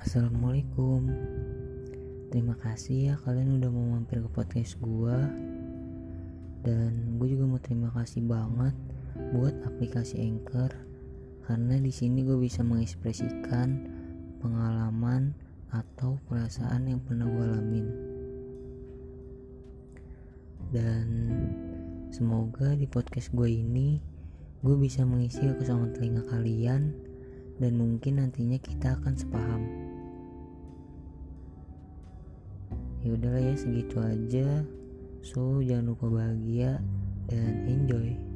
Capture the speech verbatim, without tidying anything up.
Assalamualaikum. Terima kasih ya kalian udah mau mampir ke podcast gue. Dan gue juga mau terima kasih banget buat aplikasi Anchor, karena di sini gue bisa mengekspresikan pengalaman atau perasaan yang pernah gue alamin. Dan semoga di podcast gue ini gue bisa mengisi kekosongan telinga kalian, dan mungkin nantinya kita akan sepaham. Ya udahlah ya, segitu aja. So jangan lupa bahagia dan enjoy.